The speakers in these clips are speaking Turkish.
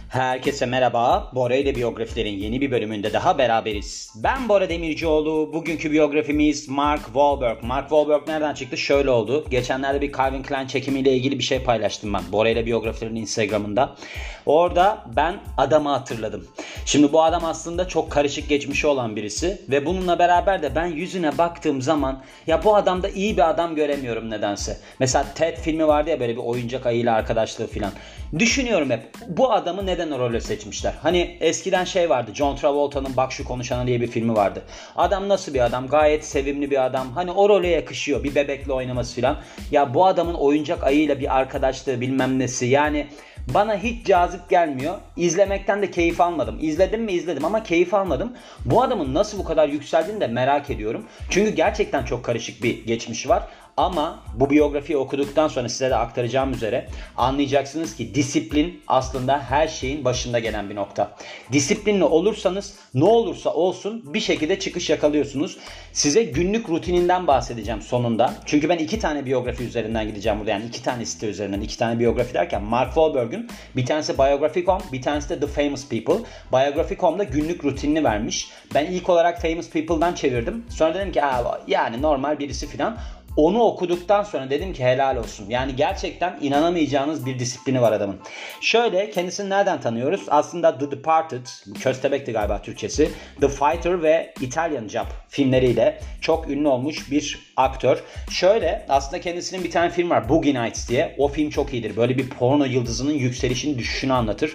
Herkese merhaba. Bora ile biyografilerin yeni bir bölümünde daha beraberiz. Ben Bora Demircioğlu. Bugünkü biyografimiz Mark Wahlberg. Mark Wahlberg nereden çıktı? Şöyle oldu. Geçenlerde bir Calvin Klein çekimiyle ilgili bir şey paylaştım ben. Bora ile biyografilerin Instagram'ında. Orada ben adamı hatırladım. Şimdi bu adam aslında çok karışık geçmişi olan birisi. Ve bununla beraber de ben yüzüne baktığım zaman ya bu adamda iyi bir adam göremiyorum nedense. Mesela Ted filmi vardı ya, böyle bir oyuncak ayıyla arkadaşlığı filan. Düşünüyorum hep bu adamı neden o role seçmişler? Hani eskiden şey vardı, John Travolta'nın Bak Şu Konuşana diye bir filmi vardı. Adam nasıl bir adam? Gayet sevimli bir adam. Hani o role yakışıyor, bir bebekle oynaması filan. Ya bu adamın oyuncak ayıyla bir arkadaşlığı bilmem nesi, yani bana hiç cazip gelmiyor. İzlemekten de keyif almadım. İzledim mi? İzledim ama keyif almadım. Bu adamın nasıl bu kadar yükseldiğini de merak ediyorum. Çünkü gerçekten çok karışık bir geçmişi var. Ama bu biyografiyi okuduktan sonra size de aktaracağım üzere anlayacaksınız ki disiplin aslında her şeyin başında gelen bir nokta. Disiplinli olursanız ne olursa olsun bir şekilde çıkış yakalıyorsunuz. Size günlük rutininden bahsedeceğim sonunda. Çünkü ben 2 tane biyografi üzerinden gideceğim burada. Yani 2 tane site üzerinden 2 tane biyografi derken Mark Wahlberg'ün bir tanesi Biography.com, bir tanesi de The Famous People. Biography.com'da günlük rutinini vermiş. Ben ilk olarak Famous People'dan çevirdim. Sonra dedim ki yani normal birisi filan. Onu okuduktan sonra dedim ki helal olsun. Yani gerçekten inanamayacağınız bir disiplini var adamın. Şöyle, kendisini nereden tanıyoruz? Aslında The Departed, Köstebek'ti galiba Türkçesi, The Fighter ve Italian Job filmleriyle çok ünlü olmuş bir aktör. Şöyle, aslında kendisinin bir tane film var, Boogie Nights diye. O film çok iyidir. Böyle bir porno yıldızının yükselişini, düşüşünü anlatır.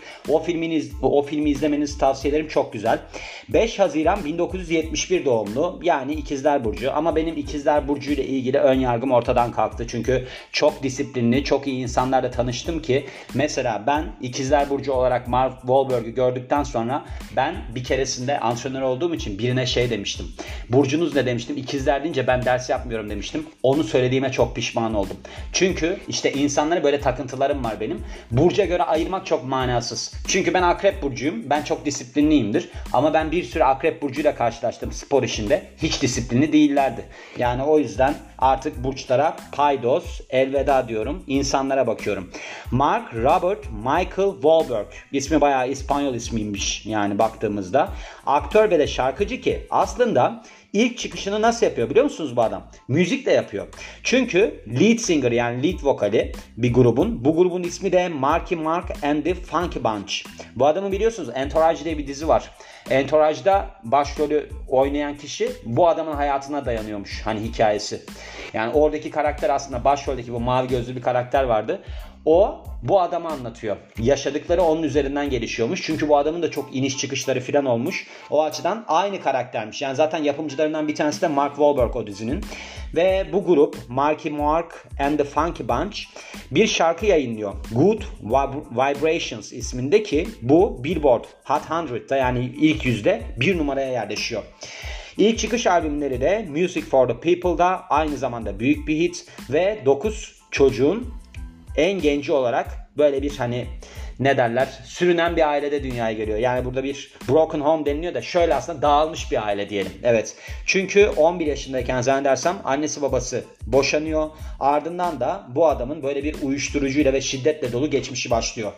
O filmi izlemenizi tavsiye ederim. Çok güzel. 5 Haziran 1971 doğumlu. Yani İkizler Burcu. Ama benim İkizler Burcu ile ilgili ön yargım ortadan kalktı. Çünkü çok disiplinli, çok iyi insanlarla tanıştım ki mesela ben İkizler Burcu olarak Mark Wahlberg'ü gördükten sonra ben bir keresinde antrenör olduğum için birine şey demiştim. Burcunuz ne demiştim? İkizler deyince ben ders yapmıyorum demiştim. Onu söylediğime çok pişman oldum. Çünkü işte insanlara böyle takıntılarım var benim. Burca göre ayırmak çok manasız. Çünkü ben Akrep Burcuyum. Ben çok disiplinliyimdir. Ama ben bir sürü Akrep Burcu'yla karşılaştım spor işinde. Hiç disiplinli değillerdi. Yani o yüzden artık burçlara paydos, elveda diyorum. İnsanlara bakıyorum. Mark Robert Michael Wahlberg. İsmi bayağı İspanyol ismiymiş yani baktığımızda. Aktör ve de şarkıcı ki aslında İlk çıkışını nasıl yapıyor biliyor musunuz bu adam? Müzikle yapıyor. Çünkü lead singer yani lead vokali bir grubun. Bu grubun ismi de Marky Mark and the Funky Bunch. Bu adamı biliyorsunuz, Entourage diye bir dizi var. Entourage'da başrolü oynayan kişi bu adamın hayatına dayanıyormuş hani hikayesi. Yani oradaki karakter aslında başroldeki bu mavi gözlü bir karakter vardı. O bu adamı anlatıyor. Yaşadıkları onun üzerinden gelişiyormuş. Çünkü bu adamın da çok iniş çıkışları filan olmuş. O açıdan aynı karaktermiş. Yani zaten yapımcılarından bir tanesi de Mark Wahlberg o dizinin. Ve bu grup Marky Mark and the Funky Bunch bir şarkı yayınlıyor. Good Vibrations isminde ki bu Billboard Hot 100'da yani ilk yüzde bir numaraya yerleşiyor. İlk çıkış albümleri de Music for the People'da aynı zamanda büyük bir hit ve 9 çocuğun en genci olarak böyle bir ne derler, sürünen bir ailede dünyaya geliyor. Yani burada bir broken home deniliyor da şöyle aslında dağılmış bir aile diyelim. Evet. Çünkü 11 yaşındayken zannedersem annesi babası boşanıyor. Ardından da bu adamın böyle bir uyuşturucuyla ve şiddetle dolu geçmişi başlıyor.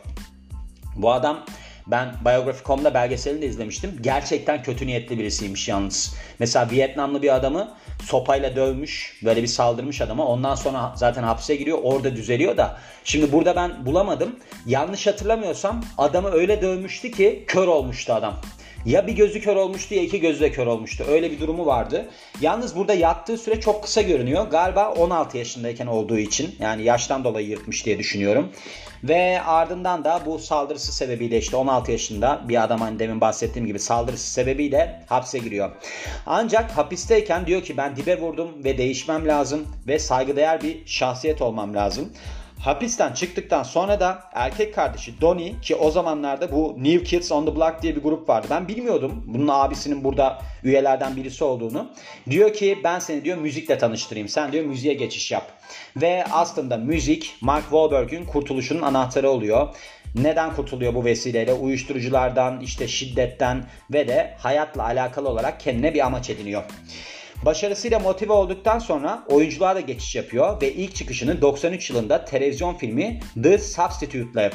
Bu adam, ben Biography.com'da belgeselini de izlemiştim. Gerçekten kötü niyetli birisiymiş yalnız. Mesela Vietnamlı bir adamı sopayla dövmüş. Böyle bir saldırmış adama. Ondan sonra zaten hapse giriyor. Orada düzeliyor da. Şimdi burada ben bulamadım. Yanlış hatırlamıyorsam adamı öyle dövmüştü ki kör olmuştu adam. Ya bir gözü kör olmuştu ya iki gözü de kör olmuştu. Öyle bir durumu vardı. Yalnız burada yattığı süre çok kısa görünüyor. Galiba 16 yaşındayken olduğu için. Yani yaştan dolayı yırtmış diye düşünüyorum. Ve ardından da bu saldırısı sebebiyle işte 16 yaşında bir adam, hani demin bahsettiğim gibi saldırısı sebebiyle hapse giriyor. Ancak hapisteyken diyor ki ben dibe vurdum ve değişmem lazım ve saygıdeğer bir şahsiyet olmam lazım. Hapisten çıktıktan sonra da erkek kardeşi Donnie, ki o zamanlarda bu New Kids on the Block diye bir grup vardı. Ben bilmiyordum bunun abisinin burada üyelerden birisi olduğunu. Diyor ki ben seni diyor müzikle tanıştırayım. Sen diyor müziğe geçiş yap. Ve aslında müzik Mark Wahlberg'ün kurtuluşunun anahtarı oluyor. Neden kurtuluyor bu vesileyle? Uyuşturuculardan, işte şiddetten ve de hayatla alakalı olarak kendine bir amaç ediniyor. Başarısıyla motive olduktan sonra oyunculuğa da geçiş yapıyor ve ilk çıkışını 93 yılında televizyon filmi The Substitute'la yapıyor.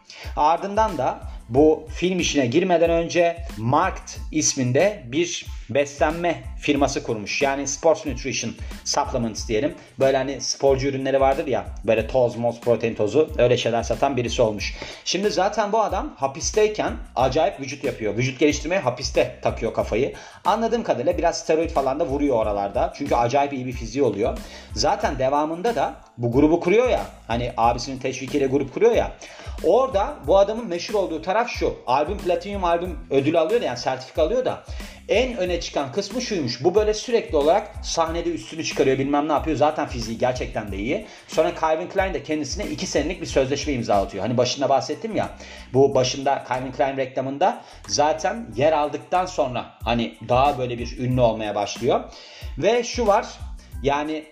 Ardından da bu film işine girmeden önce Marked isminde bir beslenme firması kurmuş. Yani Sports Nutrition Supplements diyelim. Böyle hani sporcu ürünleri vardır ya. Böyle toz, moz, protein tozu, öyle şeyler satan birisi olmuş. Şimdi zaten bu adam hapisteyken acayip vücut yapıyor. Vücut geliştirmeye hapiste takıyor kafayı. Anladığım kadarıyla biraz steroid falan da vuruyor oralarda. Çünkü acayip iyi bir fiziği oluyor. Zaten devamında da bu grubu kuruyor ya. Hani abisinin teşvikiyle grup kuruyor ya. Orada bu adamın meşhur olduğu taraf şu. Albüm Platinum albüm ödülü alıyor da, yani sertifika alıyor da. En öne çıkan kısmı şuymuş. Bu böyle sürekli olarak sahnede üstünü çıkarıyor, bilmem ne yapıyor. Zaten fiziği gerçekten de iyi. Sonra Calvin Klein de kendisine 2 senelik bir sözleşme imzalatıyor. Hani başında bahsettim ya. Bu başında Calvin Klein reklamında zaten yer aldıktan sonra hani daha böyle bir ünlü olmaya başlıyor. Ve şu var. Yani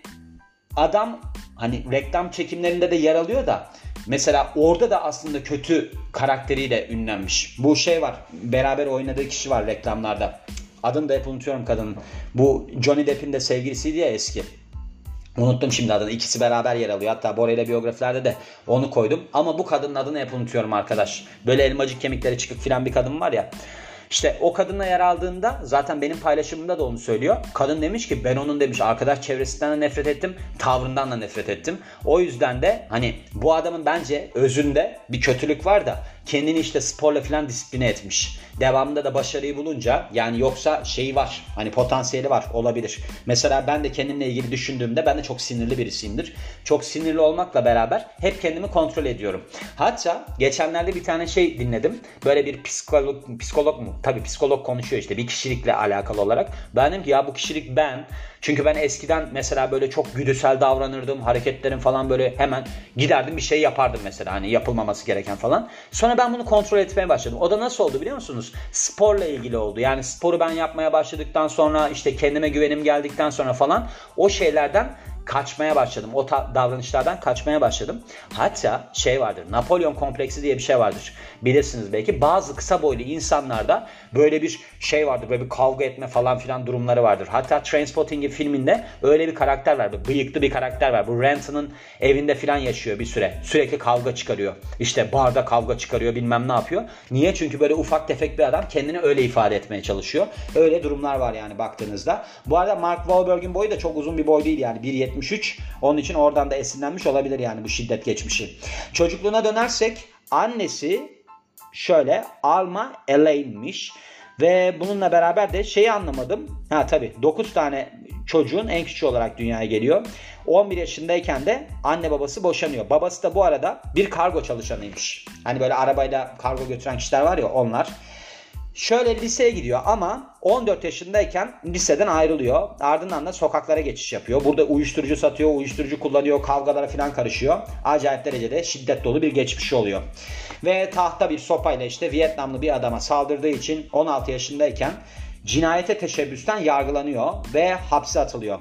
adam hani reklam çekimlerinde de yer alıyor da mesela orada da aslında kötü karakteriyle ünlenmiş. Bu şey var. Beraber oynadığı kişi var reklamlarda. Adını da hep unutuyorum kadının. Bu Johnny Depp'in de sevgilisiydi ya eski. Unuttum şimdi adını. İkisi beraber yer alıyor. Hatta Bora ile biyografilerde de onu koydum. Ama bu kadının adını hep unutuyorum arkadaş. Böyle elmacık kemikleri çıkık filan bir kadın var ya. İşte o kadınla yer aldığında zaten benim paylaşımımda da onu söylüyor. Kadın demiş ki ben onun demiş arkadaş çevresinden de nefret ettim, tavrından da nefret ettim. O yüzden de hani bu adamın bence özünde bir kötülük var da kendini işte sporla falan disipline etmiş. Devamında da başarıyı bulunca, yani yoksa şeyi var, hani potansiyeli var, olabilir. Mesela ben de kendimle ilgili düşündüğümde ben de çok sinirli birisiyimdir. Çok sinirli olmakla beraber hep kendimi kontrol ediyorum. Hatta geçenlerde bir tane şey dinledim. Böyle bir psikolog mu? Tabii psikolog konuşuyor işte bir kişilikle alakalı olarak. Ben dedim ki ya bu kişilik ben. Çünkü ben eskiden mesela böyle çok güdüsel davranırdım. Hareketlerim falan böyle hemen giderdim bir şey yapardım mesela. Hani yapılmaması gereken falan. Sonra ben bunu kontrol etmeye başladım. O da nasıl oldu biliyor musunuz? Sporla ilgili oldu. Yani sporu ben yapmaya başladıktan sonra işte kendime güvenim geldikten sonra falan o şeylerden kaçmaya başladım. O davranışlardan kaçmaya başladım. Hatta şey vardır. Napolyon kompleksi diye bir şey vardır. Bilirsiniz belki. Bazı kısa boylu insanlarda böyle bir şey vardır. Böyle bir kavga etme falan filan durumları vardır. Hatta Trainspotting filminde öyle bir karakter var. Bıyıklı bir karakter var. Bu Renton'un evinde filan yaşıyor bir süre. Sürekli kavga çıkarıyor. İşte barda kavga çıkarıyor, bilmem ne yapıyor. Niye? Çünkü böyle ufak tefek bir adam kendini öyle ifade etmeye çalışıyor. Öyle durumlar var yani baktığınızda. Bu arada Mark Wahlberg'in boyu da çok uzun bir boy değil yani. 1.73. Onun için oradan da esinlenmiş olabilir yani bu şiddet geçmişi. Çocukluğuna dönersek annesi şöyle Alma Elaine'miş. Ve bununla beraber de şeyi anlamadım. Ha tabii 9 tane çocuğun en küçüğü olarak dünyaya geliyor. 11 yaşındayken de anne babası boşanıyor. Babası da bu arada bir kargo çalışanıymış. Hani böyle arabayla kargo götüren kişiler var ya, onlar. Şöyle liseye gidiyor ama 14 yaşındayken liseden ayrılıyor. Ardından da sokaklara geçiş yapıyor. Burada uyuşturucu satıyor, uyuşturucu kullanıyor, kavgalara falan karışıyor. Acayip derecede şiddet dolu bir geçmişi oluyor. Ve tahta bir sopayla işte Vietnamlı bir adama saldırdığı için 16 yaşındayken cinayete teşebbüsten yargılanıyor ve hapse atılıyor.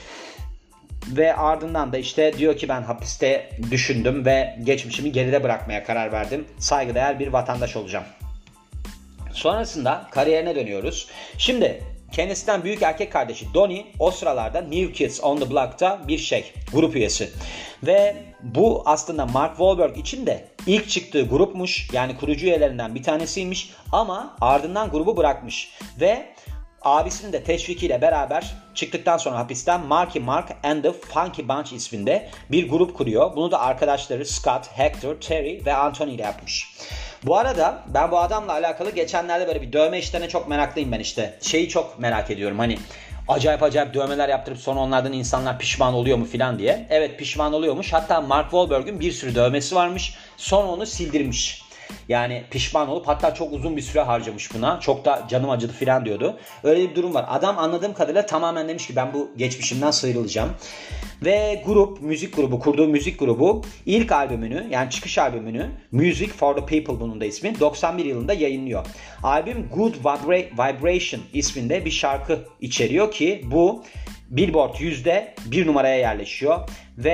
Ve ardından da işte diyor ki ben hapiste düşündüm ve geçmişimi geride bırakmaya karar verdim. Saygıdeğer bir vatandaş olacağım. Sonrasında kariyerine dönüyoruz. Şimdi kendisinden büyük erkek kardeşi Donnie o sıralarda New Kids on the Block'ta bir grup üyesi. Ve bu aslında Mark Wahlberg için de ilk çıktığı grupmuş. Yani kurucu üyelerinden bir tanesiymiş ama ardından grubu bırakmış. Ve abisinin de teşvikiyle beraber çıktıktan sonra hapisten Marky Mark and the Funky Bunch isminde bir grup kuruyor. Bunu da arkadaşları Scott, Hector, Terry ve Anthony ile yapmış. Bu arada ben bu adamla alakalı geçenlerde böyle bir dövme işlerine çok meraklıyım ben işte. Şeyi çok merak ediyorum, hani acayip dövmeler yaptırıp sonra onlardan insanlar pişman oluyor mu filan diye. Evet, pişman oluyormuş. Hatta Mark Wahlberg'ün bir sürü dövmesi varmış. Sonra onu sildirmiş. Yani pişman olup hatta çok uzun bir süre harcamış buna. Çok da canım acıdı filan diyordu. Öyle bir durum var. Adam anladığım kadarıyla tamamen demiş ki ben bu geçmişimden sıyrılacağım. Ve kurduğu müzik grubu ilk albümünü, yani çıkış albümünü Music for the People, bunun da ismi, 91 yılında yayınlıyor. Albüm Good Vibration isminde bir şarkı içeriyor ki bu Billboard 100'de 1 numaraya yerleşiyor. Ve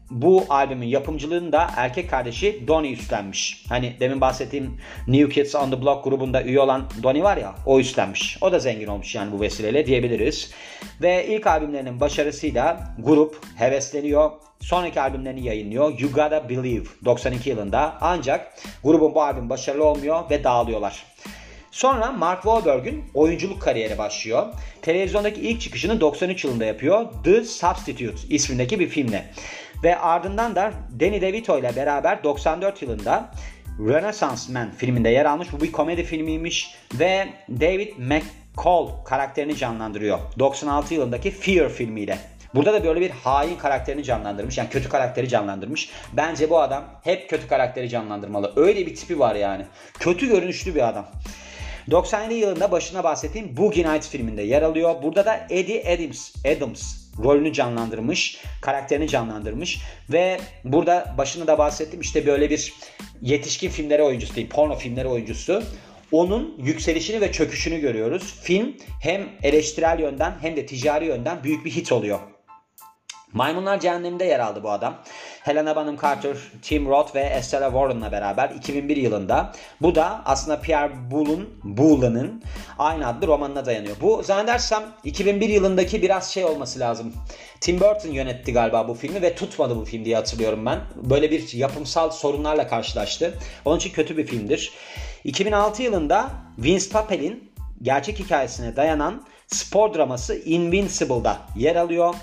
bu albümün yapımcılığını da erkek kardeşi Donnie üstlenmiş. Hani demin bahsettiğim New Kids on the Block grubunda üye olan Donnie var ya, o üstlenmiş. O da zengin olmuş yani bu vesileyle diyebiliriz. Ve ilk albümlerinin başarısıyla grup hevesleniyor. Sonraki albümlerini yayınlıyor. You Gotta Believe 92 yılında. Ancak grubun bu albüm başarılı olmuyor ve dağılıyorlar. Sonra Mark Wahlberg'ün oyunculuk kariyeri başlıyor. Televizyondaki ilk çıkışını 93 yılında yapıyor. The Substitute ismindeki bir filmle. Ve ardından da Danny DeVito ile beraber 94 yılında Renaissance Man filminde yer almış. Bu bir komedi filmiymiş ve David McCall karakterini canlandırıyor 96 yılındaki Fear filmiyle. Burada da böyle bir hain karakterini canlandırmış. Yani kötü karakteri canlandırmış. Bence bu adam hep kötü karakteri canlandırmalı. Öyle bir tipi var yani. Kötü görünüşlü bir adam. 97 yılında başına bahsettiğim Boogie Nights filminde yer alıyor. Burada da Eddie Adams rolünü canlandırmış, karakterini canlandırmış ve burada başını da bahsettim, işte böyle bir yetişkin filmleri oyuncusu değil, porno filmleri oyuncusu. Onun yükselişini ve çöküşünü görüyoruz. Film hem eleştirel yönden hem de ticari yönden büyük bir hit oluyor. Maymunlar Cehennemi'nde yer aldı bu adam. Helena Bonham Carter, Tim Roth ve Estella Warren'la beraber 2001 yılında. Bu da aslında Pierre Boulon'un aynı adlı romanına dayanıyor. Bu zannedersem 2001 yılındaki biraz şey olması lazım. Tim Burton yönetti galiba bu filmi ve tutmadı bu film diye hatırlıyorum ben. Böyle bir yapımsal sorunlarla karşılaştı. Onun için kötü bir filmdir. 2006 yılında Vince Papel'in gerçek hikayesine dayanan spor draması Invincible'da yer alıyor.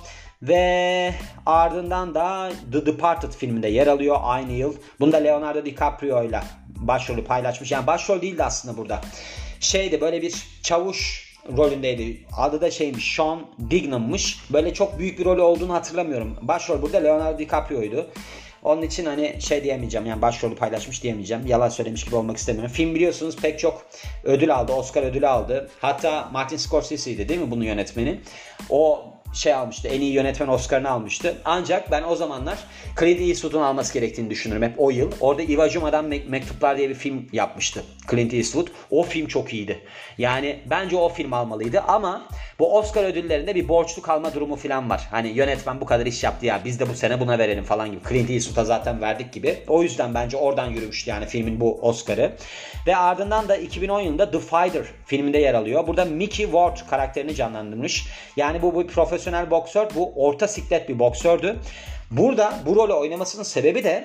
Ve ardından da The Departed filminde yer alıyor aynı yıl. Bunda Leonardo DiCaprio ile başrolü paylaşmış. Yani başrol değildi aslında burada. Böyle bir çavuş rolündeydi. Adı da Sean Dignam'mış. Böyle çok büyük bir rolü olduğunu hatırlamıyorum. Başrol burada Leonardo DiCaprio'ydu. Onun için hani diyemeyeceğim, yani başrolü paylaşmış diyemeyeceğim. Yalan söylemiş gibi olmak istemiyorum. Film biliyorsunuz pek çok ödül aldı. Oscar ödülü aldı. Hatta Martin Scorsese'ydi değil mi bunun yönetmeni? O almıştı. En iyi yönetmen Oscar'ını almıştı. Ancak ben o zamanlar Clint Eastwood'un alması gerektiğini düşünürüm. Hep o yıl. Orada Iwo Jima'dan Mektuplar diye bir film yapmıştı Clint Eastwood. O film çok iyiydi. Yani bence o film almalıydı ama bu Oscar ödüllerinde bir borçlu kalma durumu falan var. Hani yönetmen bu kadar iş yaptı ya, biz de bu sene buna verelim falan gibi. Clint Eastwood'a zaten verdik gibi. O yüzden bence oradan yürümüştü yani filmin bu Oscar'ı. Ve ardından da 2010 yılında The Fighter filminde yer alıyor. Burada Mickey Ward karakterini canlandırmış. Yani bu profesyonel boksör, bu orta siklet bir boksördü. Burada bu rolü oynamasının sebebi de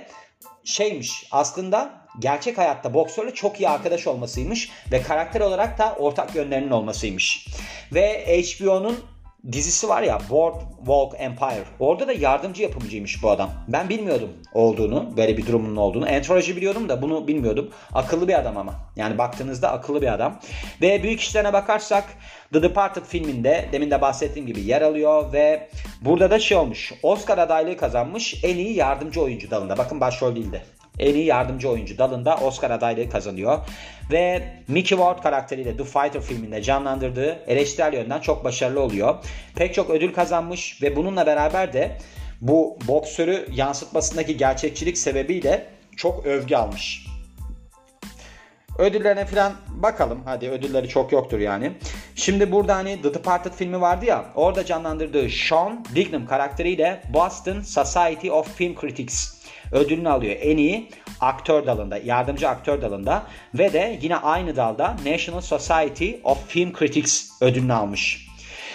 aslında gerçek hayatta boksörle çok iyi arkadaş olmasıymış ve karakter olarak da ortak yönlerinin olmasıymış. Ve HBO'nun dizisi var ya, Boardwalk Empire. Orada da yardımcı yapımcıymış bu adam. Ben bilmiyordum olduğunu, böyle bir durumunun olduğunu. Anthology biliyordum da bunu bilmiyordum. Akıllı bir adam ama. Yani baktığınızda akıllı bir adam. Ve büyük işlerine bakarsak The Departed filminde demin de bahsettiğim gibi yer alıyor ve burada da olmuş. Oscar adaylığı kazanmış en iyi yardımcı oyuncu dalında. Bakın başrol değildi. En iyi yardımcı oyuncu dalında Oscar adaylığı kazanıyor. Ve Mickey Ward karakteriyle The Fighter filminde canlandırdığı eleştirel yönden çok başarılı oluyor. Pek çok ödül kazanmış ve bununla beraber de bu boksörü yansıtmasındaki gerçekçilik sebebiyle çok övgü almış. Ödüllerine falan bakalım. Hadi, ödülleri çok yoktur yani. Şimdi burada hani The Departed filmi vardı ya, orada canlandırdığı Sean Dignam karakteriyle Boston Society of Film Critics ödülünü alıyor. En iyi aktör dalında, yardımcı aktör dalında ve de yine aynı dalda National Society of Film Critics ödülünü almış.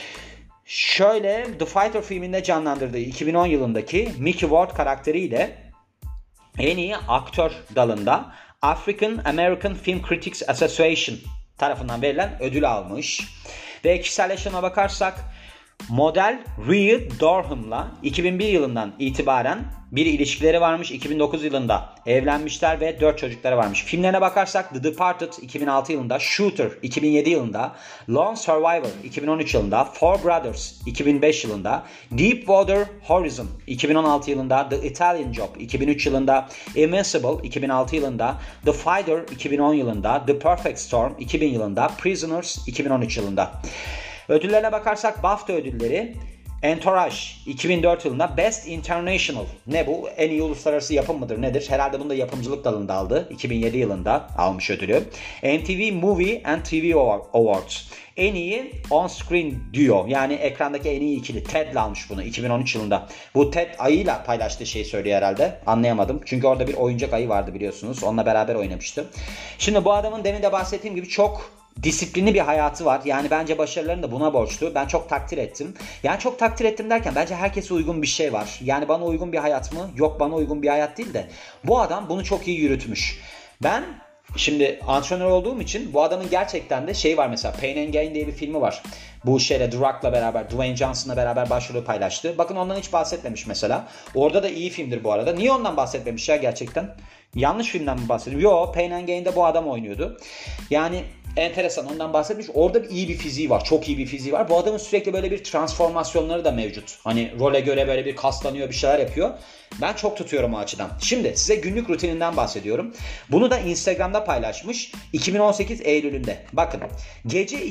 The Fighter filminde canlandırdığı 2010 yılındaki Mickey Ward karakteriyle en iyi aktör dalında African American Film Critics Association tarafından verilen ödül almış. Ve kişisel yaşamına bakarsak model Rhea Dorham'la 2001 yılından itibaren bir ilişkileri varmış. 2009 yılında evlenmişler ve 4 çocukları varmış. Filmlerine bakarsak The Departed 2006 yılında, Shooter 2007 yılında, Lone Survivor 2013 yılında, Four Brothers 2005 yılında, Deepwater Horizon 2016 yılında, The Italian Job 2003 yılında, Invincible 2006 yılında, The Fighter 2010 yılında, The Perfect Storm 2000 yılında, Prisoners 2013 yılında. Ödüllerine bakarsak BAFTA ödülleri Entourage 2004 yılında Best International. Ne bu? En iyi uluslararası yapım mıdır nedir? Herhalde bunu da yapımcılık dalında aldı. 2007 yılında almış ödülü. MTV Movie and TV Awards. En iyi on-screen duo, yani ekrandaki en iyi ikili. Ted'le almış bunu 2013 yılında. Bu Ted ayıyla paylaştığı şeyi söylüyor herhalde. Anlayamadım. Çünkü orada bir oyuncak ayı vardı biliyorsunuz. Onunla beraber oynamıştı. Şimdi bu adamın demin de bahsettiğim gibi çok disiplinli bir hayatı var. Yani bence başarılarını da buna borçlu. Ben çok takdir ettim. Yani çok takdir ettim derken bence herkese uygun bir şey var. Yani bana uygun bir hayat mı? Yok, bana uygun bir hayat değil de. Bu adam bunu çok iyi yürütmüş. Ben şimdi antrenör olduğum için bu adamın gerçekten de şey var mesela. Pain and Gain diye bir filmi var. Bu şeyle The Rock'la beraber, Dwayne Johnson'la beraber başrolü paylaştı. Bakın ondan hiç bahsetmemiş mesela. Orada da iyi filmdir bu arada. Niye ondan bahsetmemiş ya gerçekten? Yanlış filmden mi bahsediyor? Yo, Pain and Gain'de bu adam oynuyordu. Yani enteresan, ondan bahsetmiş. Orada iyi bir fiziği var. Çok iyi bir fiziği var. Bu adamın sürekli böyle bir transformasyonları da mevcut. Hani role göre böyle bir kaslanıyor, bir şeyler yapıyor. Ben çok tutuyorum o açıdan. Şimdi size günlük rutininden bahsediyorum. Bunu da Instagram'da paylaşmış. 2018 Eylül'ünde. Bakın. Gece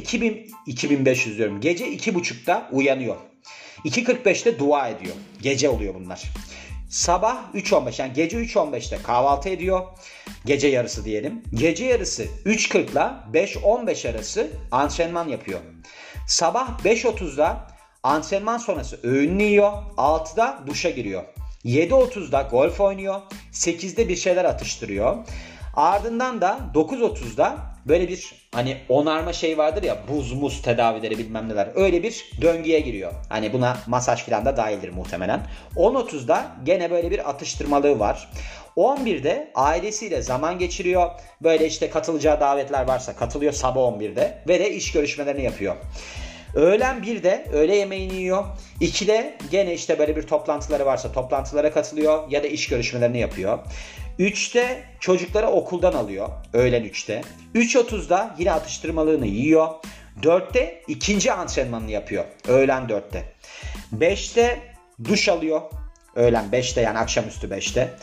2500 diyorum. Gece 2.30'da uyanıyor. 2.45'te dua ediyor. Gece oluyor bunlar. Sabah 3.15, yani gece 3.15'te kahvaltı ediyor. Gece yarısı diyelim. Gece yarısı 3.40 ile 5.15 arası antrenman yapıyor. Sabah 5.30'da antrenman sonrası öğününü yiyor. 6'da duşa giriyor. 7.30'da golf oynuyor. 8'de bir şeyler atıştırıyor. Ardından da 9.30'da böyle bir hani onarma şey vardır ya, buz muz tedavileri bilmem neler, öyle bir döngüye giriyor. Hani buna masaj falan da dahildir muhtemelen. 10.30'da gene böyle bir atıştırmalığı var. 11'de ailesiyle zaman geçiriyor. Böyle işte katılacağı davetler varsa katılıyor sabah 11'de ve de iş görüşmelerini yapıyor. Öğlen 1'de öğle yemeğini yiyor. 2'de gene işte böyle bir toplantıları varsa toplantılara katılıyor ya da iş görüşmelerini yapıyor. 3'te çocukları okuldan alıyor. Öğlen 3'te. 3.30'da yine atıştırmalığını yiyor. 4'te ikinci antrenmanını yapıyor. Öğlen 4'te. 5'te duş alıyor. Öğlen 5'te, yani akşamüstü 5'te.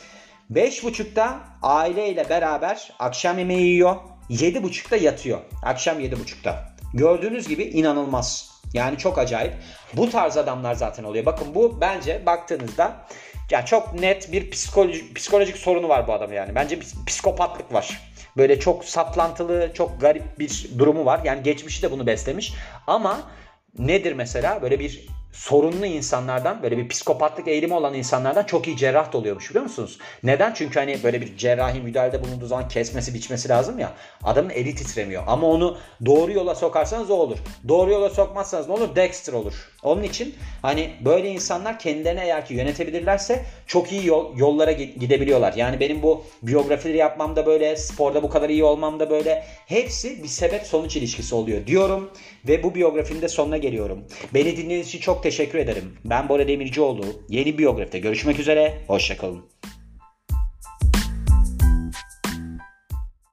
5.30'da aileyle beraber akşam yemeği yiyor. 7.30'da yatıyor. Akşam 7.30'da. Gördüğünüz gibi inanılmaz. Yani çok acayip. Bu tarz adamlar zaten oluyor. Bakın bu bence baktığınızda yani çok net bir psikolojik sorunu var bu adamın yani. Bence bir psikopatlık var. Böyle çok saplantılı, çok garip bir durumu var. Yani geçmişi de bunu beslemiş. Ama nedir mesela? Böyle bir sorunlu insanlardan, böyle bir psikopatlık eğilimi olan insanlardan çok iyi cerrah da oluyormuş, biliyor musunuz? Neden? Çünkü hani böyle bir cerrahi müdahalede bulunduğu zaman kesmesi, biçmesi lazım ya. Adamın eli titremiyor. Ama onu doğru yola sokarsanız o olur. Doğru yola sokmazsanız ne olur? Dexter olur. Onun için hani böyle insanlar kendilerini eğer ki yönetebilirlerse çok iyi yollara gidebiliyorlar. Yani benim bu biyografileri yapmamda böyle, sporda bu kadar iyi olmamda böyle, hepsi bir sebep sonuç ilişkisi oluyor diyorum ve bu biyografinin de sonuna geliyorum. Beni dinlediğiniz için çok teşekkür ederim. Ben Bora Demircioğlu. Yeni biyografide görüşmek üzere. Hoşça kalın.